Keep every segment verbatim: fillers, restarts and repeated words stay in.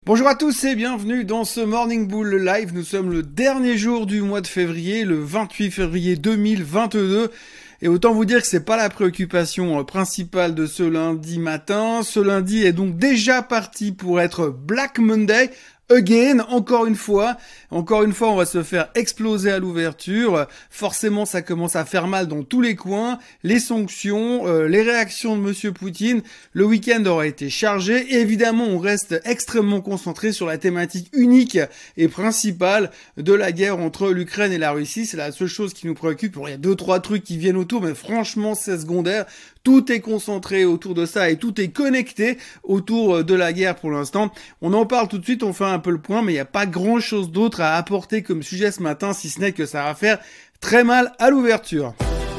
Bonjour à tous et bienvenue dans ce Morning Bull Live. Nous sommes le dernier jour du mois de février, le vingt-huit février deux mille vingt-deux. Et autant vous dire que c'est pas la préoccupation principale de ce lundi matin. Ce lundi est donc déjà parti pour être Black Monday. Again, encore une fois, encore une fois, on va se faire exploser à l'ouverture. Forcément, ça commence à faire mal dans tous les coins. Les sanctions, euh, les réactions de Monsieur Poutine. Le week-end aura été chargé. Et évidemment, on reste extrêmement concentré sur la thématique unique et principale de la guerre entre l'Ukraine et la Russie. C'est la seule chose qui nous préoccupe. Bon, il y a deux, trois trucs qui viennent autour, mais franchement, c'est secondaire. Tout est concentré autour de ça et tout est connecté autour de la guerre pour l'instant. On en parle tout de suite, on fait un peu le point, mais il n'y a pas grand chose d'autre à apporter comme sujet ce matin, si ce n'est que ça va faire très mal à l'ouverture.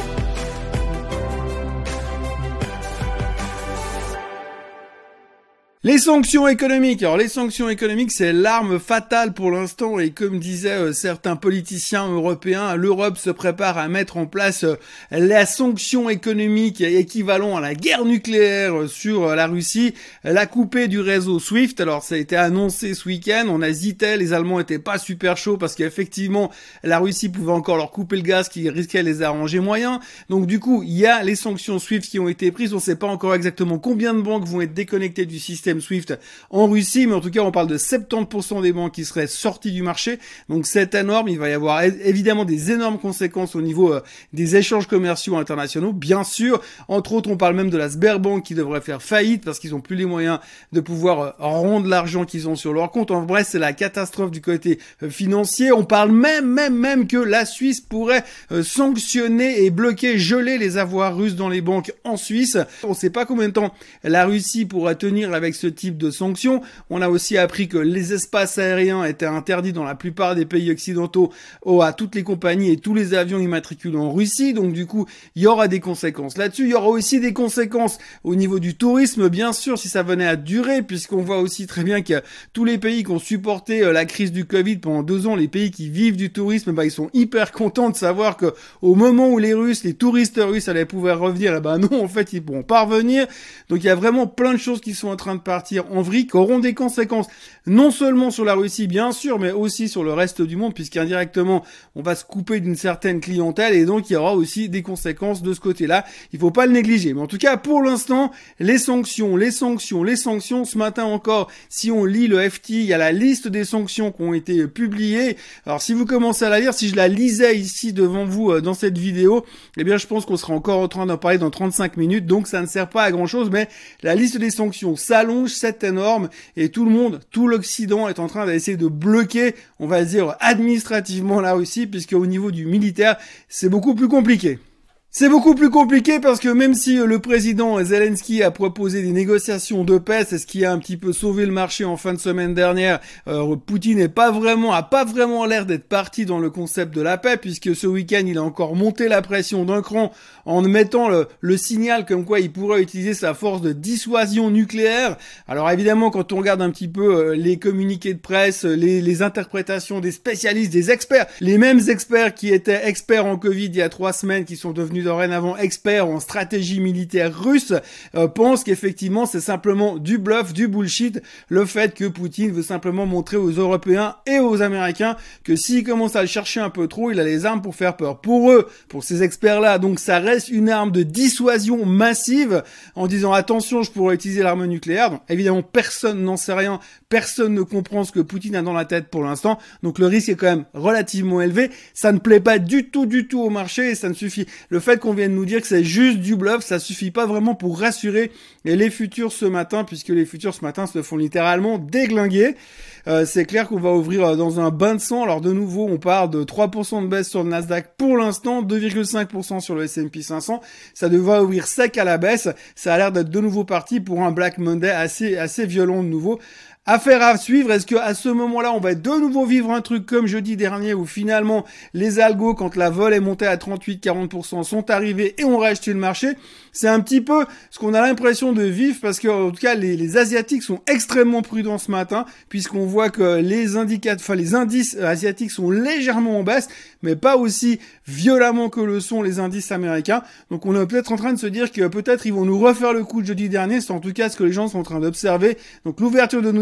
Les sanctions économiques. Alors les sanctions économiques, c'est l'arme fatale pour l'instant et comme disaient euh, certains politiciens européens, l'Europe se prépare à mettre en place euh, la sanction économique équivalent à la guerre nucléaire sur euh, la Russie, la couper du réseau SWIFT. Alors ça a été annoncé ce week-end, on hésitait, les Allemands étaient pas super chauds parce qu'effectivement la Russie pouvait encore leur couper le gaz qui risquait de les arranger moyen. Donc du coup, il y a les sanctions SWIFT qui ont été prises, on sait pas encore exactement combien de banques vont être déconnectées du système SWIFT en Russie, mais en tout cas on parle de soixante-dix pour cent des banques qui seraient sorties du marché, donc c'est énorme. Il va y avoir évidemment des énormes conséquences au niveau euh, des échanges commerciaux internationaux, bien sûr. Entre autres, on parle même de la Sberbank qui devrait faire faillite parce qu'ils n'ont plus les moyens de pouvoir euh, rendre l'argent qu'ils ont sur leur compte. En vrai, c'est la catastrophe du côté euh, financier. On parle même, même, même que la Suisse pourrait euh, sanctionner et bloquer, geler les avoirs russes dans les banques en Suisse. On ne sait pas combien de temps la Russie pourra tenir avec ce type de sanctions. On a aussi appris que les espaces aériens étaient interdits dans la plupart des pays occidentaux à toutes les compagnies et tous les avions immatriculés en Russie. Donc du coup, il y aura des conséquences là-dessus. Il y aura aussi des conséquences au niveau du tourisme, bien sûr, si ça venait à durer, puisqu'on voit aussi très bien que tous les pays qui ont supporté la crise du Covid pendant deux ans, les pays qui vivent du tourisme, bah, ils sont hyper contents de savoir que au moment où les Russes, les touristes russes allaient pouvoir revenir, eh ben non, en fait, ils pourront pas revenir. Donc il y a vraiment plein de choses qui sont en train de partir en vrille, qui auront des conséquences non seulement sur la Russie bien sûr, mais aussi sur le reste du monde, puisqu'indirectement on va se couper d'une certaine clientèle et donc il y aura aussi des conséquences de ce côté-là. Il faut pas le négliger. Mais en tout cas, pour l'instant, les sanctions, les sanctions, les sanctions. Ce matin encore, si on lit le F T, il y a la liste des sanctions qui ont été publiées. Alors si vous commencez à la lire, si je la lisais ici devant vous euh, dans cette vidéo, eh bien je pense qu'on sera encore en train d'en parler dans trente-cinq minutes, donc ça ne sert pas à grand chose, mais la liste des sanctions s'allonge, c'est énorme et tout le monde, tout l'Occident est en train d'essayer de bloquer, on va dire administrativement la Russie, puisque au niveau du militaire, c'est beaucoup plus compliqué. C'est beaucoup plus compliqué parce que même si le président Zelensky a proposé des négociations de paix, c'est ce qui a un petit peu sauvé le marché en fin de semaine dernière, euh, Poutine n'est pas vraiment, a pas vraiment l'air d'être parti dans le concept de la paix, puisque ce week-end il a encore monté la pression d'un cran en mettant le, le signal comme quoi il pourrait utiliser sa force de dissuasion nucléaire. Alors évidemment, quand on regarde un petit peu euh, les communiqués de presse, les, les interprétations des spécialistes, des experts, les mêmes experts qui étaient experts en Covid il y a trois semaines, qui sont devenus dorénavant experts en stratégie militaire russe, euh, pensent qu'effectivement c'est simplement du bluff, du bullshit, le fait que Poutine veut simplement montrer aux Européens et aux Américains que s'il commence à le chercher un peu trop, il a les armes pour faire peur. Pour eux, pour ces experts-là, donc ça reste une arme de dissuasion massive en disant attention, je pourrais utiliser l'arme nucléaire. Donc évidemment, personne n'en sait rien, personne ne comprend ce que Poutine a dans la tête pour l'instant, donc le risque est quand même relativement élevé. Ça ne plaît pas du tout, du tout au marché et ça ne suffit. Le fait qu'on vienne nous dire que c'est juste du bluff, ça suffit pas vraiment pour rassurer les futurs ce matin, puisque les futurs ce matin se font littéralement déglinguer. Euh, c'est clair qu'on va ouvrir dans un bain de sang. Alors de nouveau, on part de trois pour cent de baisse sur le Nasdaq pour l'instant, deux virgule cinq pour cent sur le S and P cinq cents. Ça devrait ouvrir sec à la baisse. Ça a l'air d'être de nouveau parti pour un Black Monday assez assez violent de nouveau. Affaire à suivre, est-ce que à ce moment-là, on va de nouveau vivre un truc comme jeudi dernier où finalement les algos, quand la vol est montée à trente-huit à quarante pour cent, sont arrivés et ont racheté le marché? C'est un petit peu ce qu'on a l'impression de vivre parce que en tout cas les, les asiatiques sont extrêmement prudents ce matin puisqu'on voit que les indicateurs, enfin les indices asiatiques sont légèrement en baisse, mais pas aussi violemment que le sont les indices américains. Donc on est peut-être en train de se dire que peut-être ils vont nous refaire le coup de jeudi dernier. C'est en tout cas ce que les gens sont en train d'observer. Donc l'ouverture de New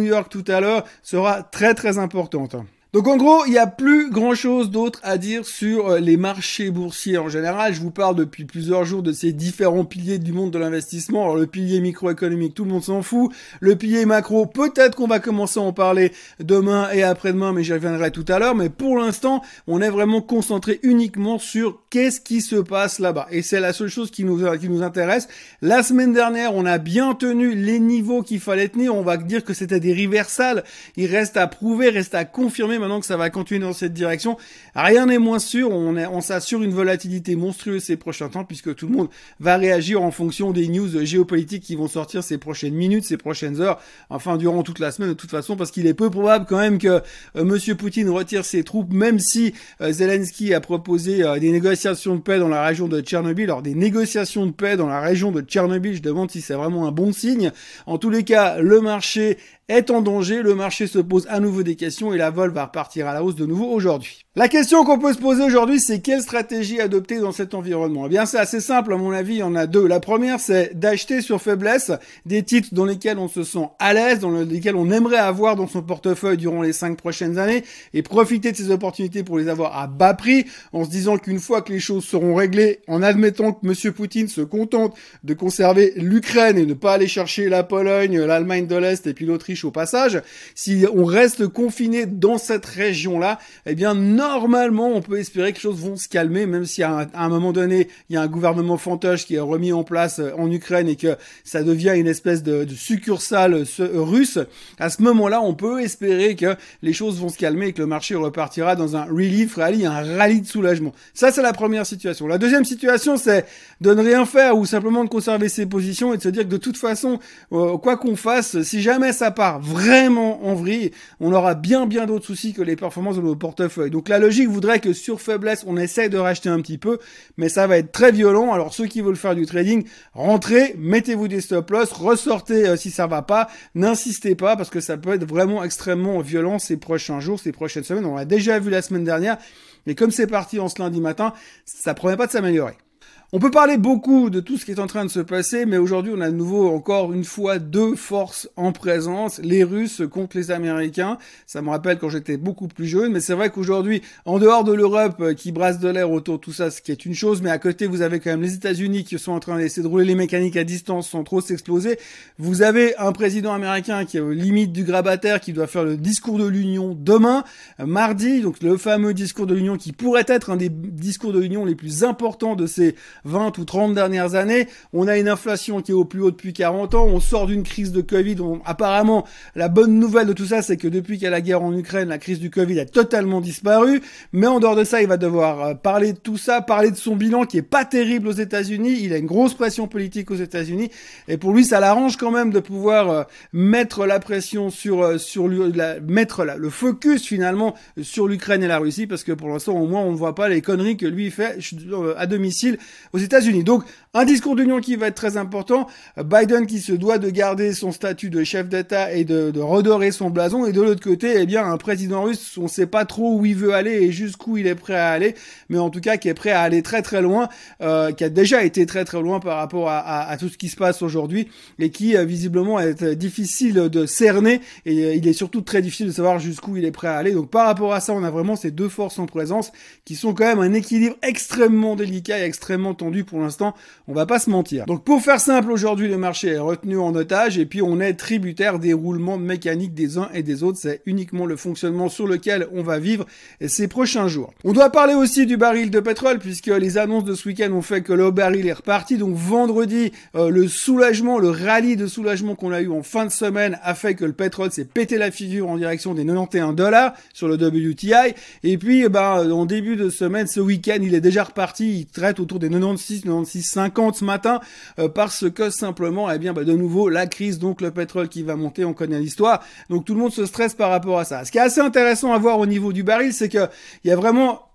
York tout à l'heure sera très très importante. Donc en gros, il n'y a plus grand-chose d'autre à dire sur les marchés boursiers en général. Je vous parle depuis plusieurs jours de ces différents piliers du monde de l'investissement. Alors le pilier microéconomique, tout le monde s'en fout. Le pilier macro, peut-être qu'on va commencer à en parler demain et après-demain, mais j'y reviendrai tout à l'heure. Mais pour l'instant, on est vraiment concentré uniquement sur qu'est-ce qui se passe là-bas. Et c'est la seule chose qui nous, qui nous intéresse. La semaine dernière, on a bien tenu les niveaux qu'il fallait tenir. On va dire que c'était des reversals. Il reste à prouver, reste à confirmer maintenant que ça va continuer dans cette direction. Rien n'est moins sûr, on, est, on s'assure une volatilité monstrueuse ces prochains temps puisque tout le monde va réagir en fonction des news géopolitiques qui vont sortir ces prochaines minutes, ces prochaines heures, enfin durant toute la semaine de toute façon, parce qu'il est peu probable quand même que euh, Monsieur Poutine retire ses troupes, même si euh, Zelensky a proposé euh, des négociations de paix dans la région de Tchernobyl. Alors des négociations de paix dans la région de Tchernobyl, je demande si c'est vraiment un bon signe. En tous les cas, le marché est en danger, le marché se pose à nouveau des questions et la vol va repartir à la hausse de nouveau aujourd'hui. La question qu'on peut se poser aujourd'hui, c'est quelle stratégie adopter dans cet environnement? Eh bien, c'est assez simple, à mon avis, il y en a deux. La première, c'est d'acheter sur faiblesse des titres dans lesquels on se sent à l'aise, dans lesquels on aimerait avoir dans son portefeuille durant les cinq prochaines années et profiter de ces opportunités pour les avoir à bas prix en se disant qu'une fois que les choses seront réglées, en admettant que Monsieur Poutine se contente de conserver l'Ukraine et ne pas aller chercher la Pologne, l'Allemagne de l'Est et puis l'Autriche au passage, si on reste confiné dans cette région-là, eh bien, normalement, on peut espérer que les choses vont se calmer, même si à un, à un moment donné, il y a un gouvernement fantoche qui est remis en place en Ukraine et que ça devient une espèce de, de succursale russe. À ce moment-là, on peut espérer que les choses vont se calmer et que le marché repartira dans un relief rally, un rallye de soulagement. Ça, c'est la première situation. La deuxième situation, c'est de ne rien faire ou simplement de conserver ses positions et de se dire que de toute façon, euh, quoi qu'on fasse, si jamais ça part vraiment en vrille, on aura bien bien d'autres soucis que les performances de nos portefeuilles. Donc la logique voudrait que sur faiblesse, on essaye de racheter un petit peu, mais ça va être très violent. Alors ceux qui veulent faire du trading, rentrez, mettez-vous des stop-loss, ressortez euh, si ça va pas, n'insistez pas parce que ça peut être vraiment extrêmement violent ces prochains jours, ces prochaines semaines. On l'a déjà vu la semaine dernière, mais comme c'est parti en ce lundi matin, ça promet pas de s'améliorer. On peut parler beaucoup de tout ce qui est en train de se passer, mais aujourd'hui, on a de nouveau, encore une fois, deux forces en présence, les Russes contre les Américains. Ça me rappelle quand j'étais beaucoup plus jeune, mais c'est vrai qu'aujourd'hui, en dehors de l'Europe qui brasse de l'air autour de tout ça, ce qui est une chose, mais à côté, vous avez quand même les États-Unis qui sont en train d'essayer de rouler les mécaniques à distance sans trop s'exploser. Vous avez un président américain qui est aux limites du grabataire, qui doit faire le discours de l'Union demain, mardi, donc le fameux discours de l'Union qui pourrait être un des discours de l'Union les plus importants de ces vingt ou trente dernières années. On a une inflation qui est au plus haut depuis quarante ans. On sort d'une crise de Covid. On, apparemment, la bonne nouvelle de tout ça, c'est que depuis qu'il y a la guerre en Ukraine, la crise du Covid a totalement disparu. Mais en dehors de ça, il va devoir parler de tout ça, parler de son bilan qui est pas terrible aux États-Unis. Il a une grosse pression politique aux États-Unis. Et pour lui, ça l'arrange quand même de pouvoir euh, mettre la pression sur, euh, sur la, mettre la, le focus finalement sur l'Ukraine et la Russie, parce que pour l'instant, au moins, on ne voit pas les conneries que lui fait euh, à domicile aux États-Unis. Donc, un discours d'union qui va être très important. Biden qui se doit de garder son statut de chef d'État et de, de redorer son blason. Et de l'autre côté, eh bien, un président russe, on ne sait pas trop où il veut aller et jusqu'où il est prêt à aller, mais en tout cas qui est prêt à aller très très loin, euh, qui a déjà été très très loin par rapport à, à, à tout ce qui se passe aujourd'hui et qui euh, visiblement est difficile de cerner et euh, il est surtout très difficile de savoir jusqu'où il est prêt à aller. Donc par rapport à ça, on a vraiment ces deux forces en présence qui sont quand même un équilibre extrêmement délicat et extrêmement tendu pour l'instant, on va pas se mentir. Donc pour faire simple, aujourd'hui le marché est retenu en otage et puis on est tributaire des roulements mécaniques des uns et des autres. C'est uniquement le fonctionnement sur lequel on va vivre ces prochains jours. On doit parler aussi du baril de pétrole puisque les annonces de ce week-end ont fait que le baril est reparti. Donc vendredi, euh, le soulagement, le rallye de soulagement qu'on a eu en fin de semaine a fait que le pétrole s'est pété la figure en direction des quatre-vingt-onze dollars sur le W T I. Et puis, ben, en début de semaine, ce week-end, il est déjà reparti. Il traite autour des quatre-vingt-seize, quatre-vingt-seize cinquante ce matin euh, parce que simplement, eh bien, bah, de nouveau, la crise, donc le pétrole qui va monter, on connaît l'histoire. Donc tout le monde se stresse par rapport à ça. Ce qui est assez intéressant à voir au niveau du baril, c'est que il y a vraiment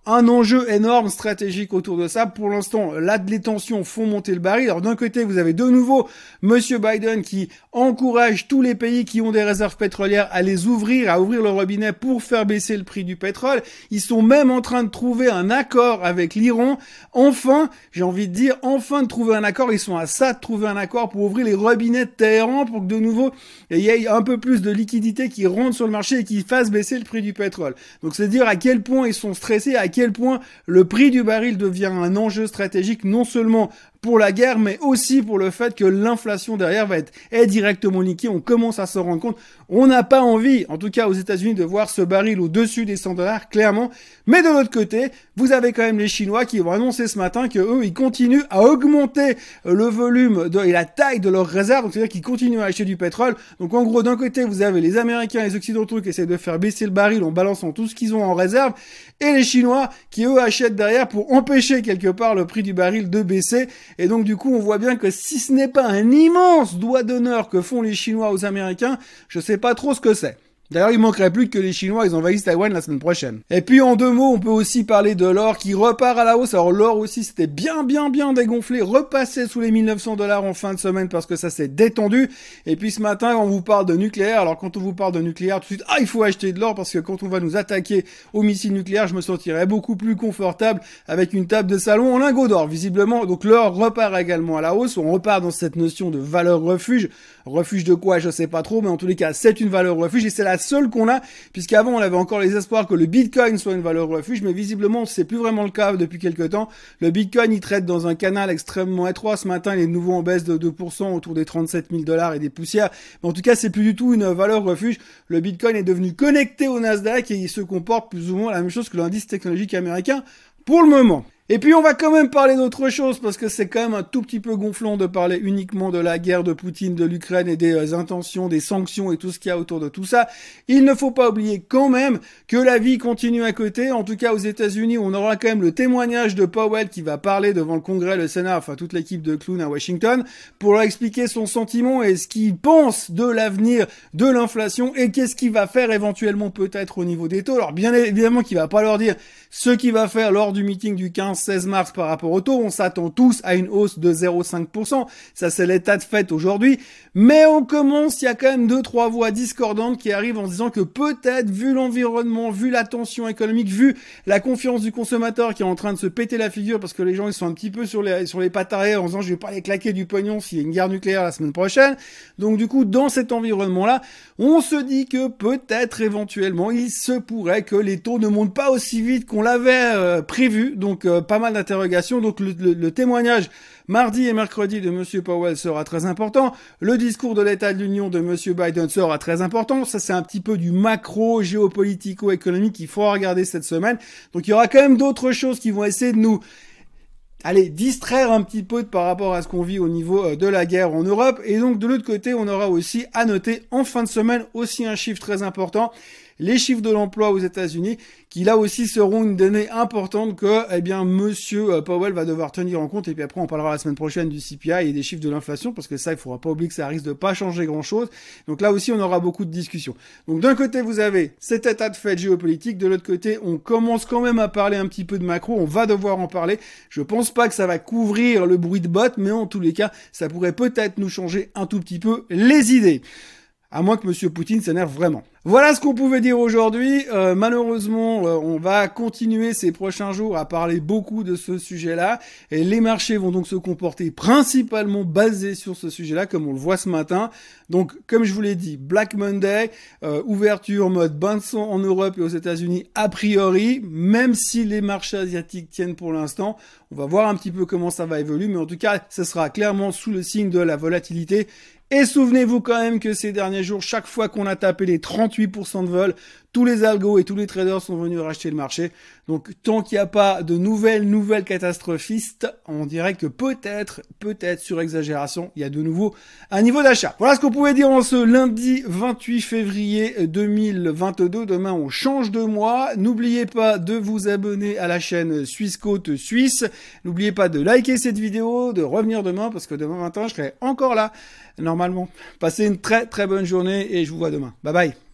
un enjeu énorme stratégique autour de ça. Pour l'instant, là, les tensions font monter le baril. Alors d'un côté, vous avez de nouveau Monsieur Biden qui encourage tous les pays qui ont des réserves pétrolières à les ouvrir, à ouvrir le robinet pour faire baisser le prix du pétrole. Ils sont même en train de trouver un accord avec l'Iran. Enfin, j'ai envie de dire, enfin de trouver un accord. Ils sont à ça de trouver un accord pour ouvrir les robinets de Téhéran pour que de nouveau, il y ait un peu plus de liquidité qui rentre sur le marché et qui fasse baisser le prix du pétrole. Donc c'est dire à quel point ils sont stressés, à quel point le prix du baril devient un enjeu stratégique, non seulement pour la guerre, mais aussi pour le fait que l'inflation derrière va être est directement liquée. On commence à se rendre compte. On n'a pas envie, en tout cas aux États-Unis, de voir ce baril au-dessus des cent dollars, clairement. Mais de l'autre côté, vous avez quand même les Chinois qui vont annoncer ce matin que eux, ils continuent à augmenter le volume de, et la taille de leurs réserves. Donc c'est-à-dire qu'ils continuent à acheter du pétrole. Donc en gros, d'un côté, vous avez les Américains et les Occidentaux qui essaient de faire baisser le baril en balançant tout ce qu'ils ont en réserve, et les Chinois qui eux achètent derrière pour empêcher quelque part le prix du baril de baisser. Et donc du coup, on voit bien que si ce n'est pas un immense doigt d'honneur que font les Chinois aux Américains, je sais pas trop ce que c'est. D'ailleurs, il manquerait plus que les Chinois, ils envahissent Taïwan la semaine prochaine. Et puis, en deux mots, on peut aussi parler de l'or qui repart à la hausse. Alors, l'or aussi, c'était bien, bien, bien dégonflé, repassé sous les mille neuf cents dollars en fin de semaine parce que ça s'est détendu. Et puis, ce matin, on vous parle de nucléaire. Alors, quand on vous parle de nucléaire, tout de suite, ah, il faut acheter de l'or parce que quand on va nous attaquer au missile nucléaire, je me sentirais beaucoup plus confortable avec une table de salon en lingots d'or, visiblement. Donc, l'or repart également à la hausse. On repart dans cette notion de valeur refuge. Refuge de quoi, je sais pas trop, mais en tous les cas, c'est une valeur refuge et c'est la seule qu'on a, puisqu'avant, on avait encore les espoirs que le Bitcoin soit une valeur refuge, mais visiblement, c'est plus vraiment le cas depuis quelques temps. Le Bitcoin, il traite dans un canal extrêmement étroit. Ce matin, il est de nouveau en baisse de deux pour cent autour des trente-sept mille dollars et des poussières. Mais en tout cas, c'est plus du tout une valeur refuge. Le Bitcoin est devenu connecté au Nasdaq et il se comporte plus ou moins la même chose que l'indice technologique américain pour le moment. Et puis on va quand même parler d'autre chose parce que c'est quand même un tout petit peu gonflant de parler uniquement de la guerre de Poutine, de l'Ukraine et des euh, intentions, des sanctions et tout ce qu'il y a autour de tout ça. Il ne faut pas oublier quand même que la vie continue à côté. En tout cas aux États-Unis, on aura quand même le témoignage de Powell qui va parler devant le Congrès, le Sénat, enfin toute l'équipe de clowns à Washington pour leur expliquer son sentiment et ce qu'il pense de l'avenir de l'inflation et qu'est-ce qu'il va faire éventuellement peut-être au niveau des taux. Alors bien évidemment qu'il va pas leur dire ce qu'il va faire lors du meeting du quinze seize mars par rapport au taux. On s'attend tous à une hausse de zéro virgule cinq pour cent. Ça, c'est l'état de fait aujourd'hui. Mais on commence, il y a quand même deux, trois voix discordantes qui arrivent en disant que peut-être, vu l'environnement, vu la tension économique, vu la confiance du consommateur qui est en train de se péter la figure parce que les gens, ils sont un petit peu sur les, sur les pattes arrière en disant je vais pas aller claquer du pognon s'il y a une guerre nucléaire la semaine prochaine. Donc, du coup, dans cet environnement-là, on se dit que peut-être, éventuellement, il se pourrait que les taux ne montent pas aussi vite qu'on l'avait euh, prévu. Donc, euh, pas mal d'interrogations. Donc, le, le, le témoignage mardi et mercredi de Monsieur Powell sera très important. Le discours de l'État de l'Union de Monsieur Biden sera très important. Ça, c'est un petit peu du macro géopolitico-économique qu'il faut regarder cette semaine. Donc, il y aura quand même d'autres choses qui vont essayer de nous allez, distraire un petit peu par rapport à ce qu'on vit au niveau de la guerre en Europe. Et donc, de l'autre côté, on aura aussi à noter en fin de semaine aussi un chiffre très important. Les chiffres de l'emploi aux États-Unis, qui là aussi seront une donnée importante que, eh bien, Monsieur Powell va devoir tenir en compte. Et puis après, on parlera la semaine prochaine du C P I et des chiffres de l'inflation, parce que ça, il faudra pas oublier que ça risque de pas changer grand-chose. Donc là aussi, on aura beaucoup de discussions. Donc d'un côté, vous avez cet état de fait géopolitique. De l'autre côté, on commence quand même à parler un petit peu de macro. On va devoir en parler. Je pense pas que ça va couvrir le bruit de bottes, mais en tous les cas, ça pourrait peut-être nous changer un tout petit peu les idées. À moins que Monsieur Poutine s'énerve vraiment. Voilà ce qu'on pouvait dire aujourd'hui. Euh, malheureusement, euh, on va continuer ces prochains jours à parler beaucoup de ce sujet-là. Et les marchés vont donc se comporter principalement basés sur ce sujet-là, comme on le voit ce matin. Donc, comme je vous l'ai dit, Black Monday, euh, ouverture mode bain de sang en Europe et aux États-Unis a priori, même si les marchés asiatiques tiennent pour l'instant. On va voir un petit peu comment ça va évoluer, mais en tout cas, ce sera clairement sous le signe de la volatilité. Et souvenez-vous quand même que ces derniers jours, chaque fois qu'on a tapé les trente-huit pour cent de vol, tous les algos et tous les traders sont venus racheter le marché. Donc, tant qu'il n'y a pas de nouvelles, nouvelles catastrophistes, on dirait que peut-être, peut-être sur exagération, il y a de nouveau un niveau d'achat. Voilà ce qu'on pouvait dire en ce lundi vingt-huit février deux mille vingt-deux. Demain, on change de mois. N'oubliez pas de vous abonner à la chaîne Suisse Côte Suisse. N'oubliez pas de liker cette vidéo, de revenir demain, parce que demain matin, je serai encore là, normalement. Passez une très, très bonne journée et je vous vois demain. Bye bye.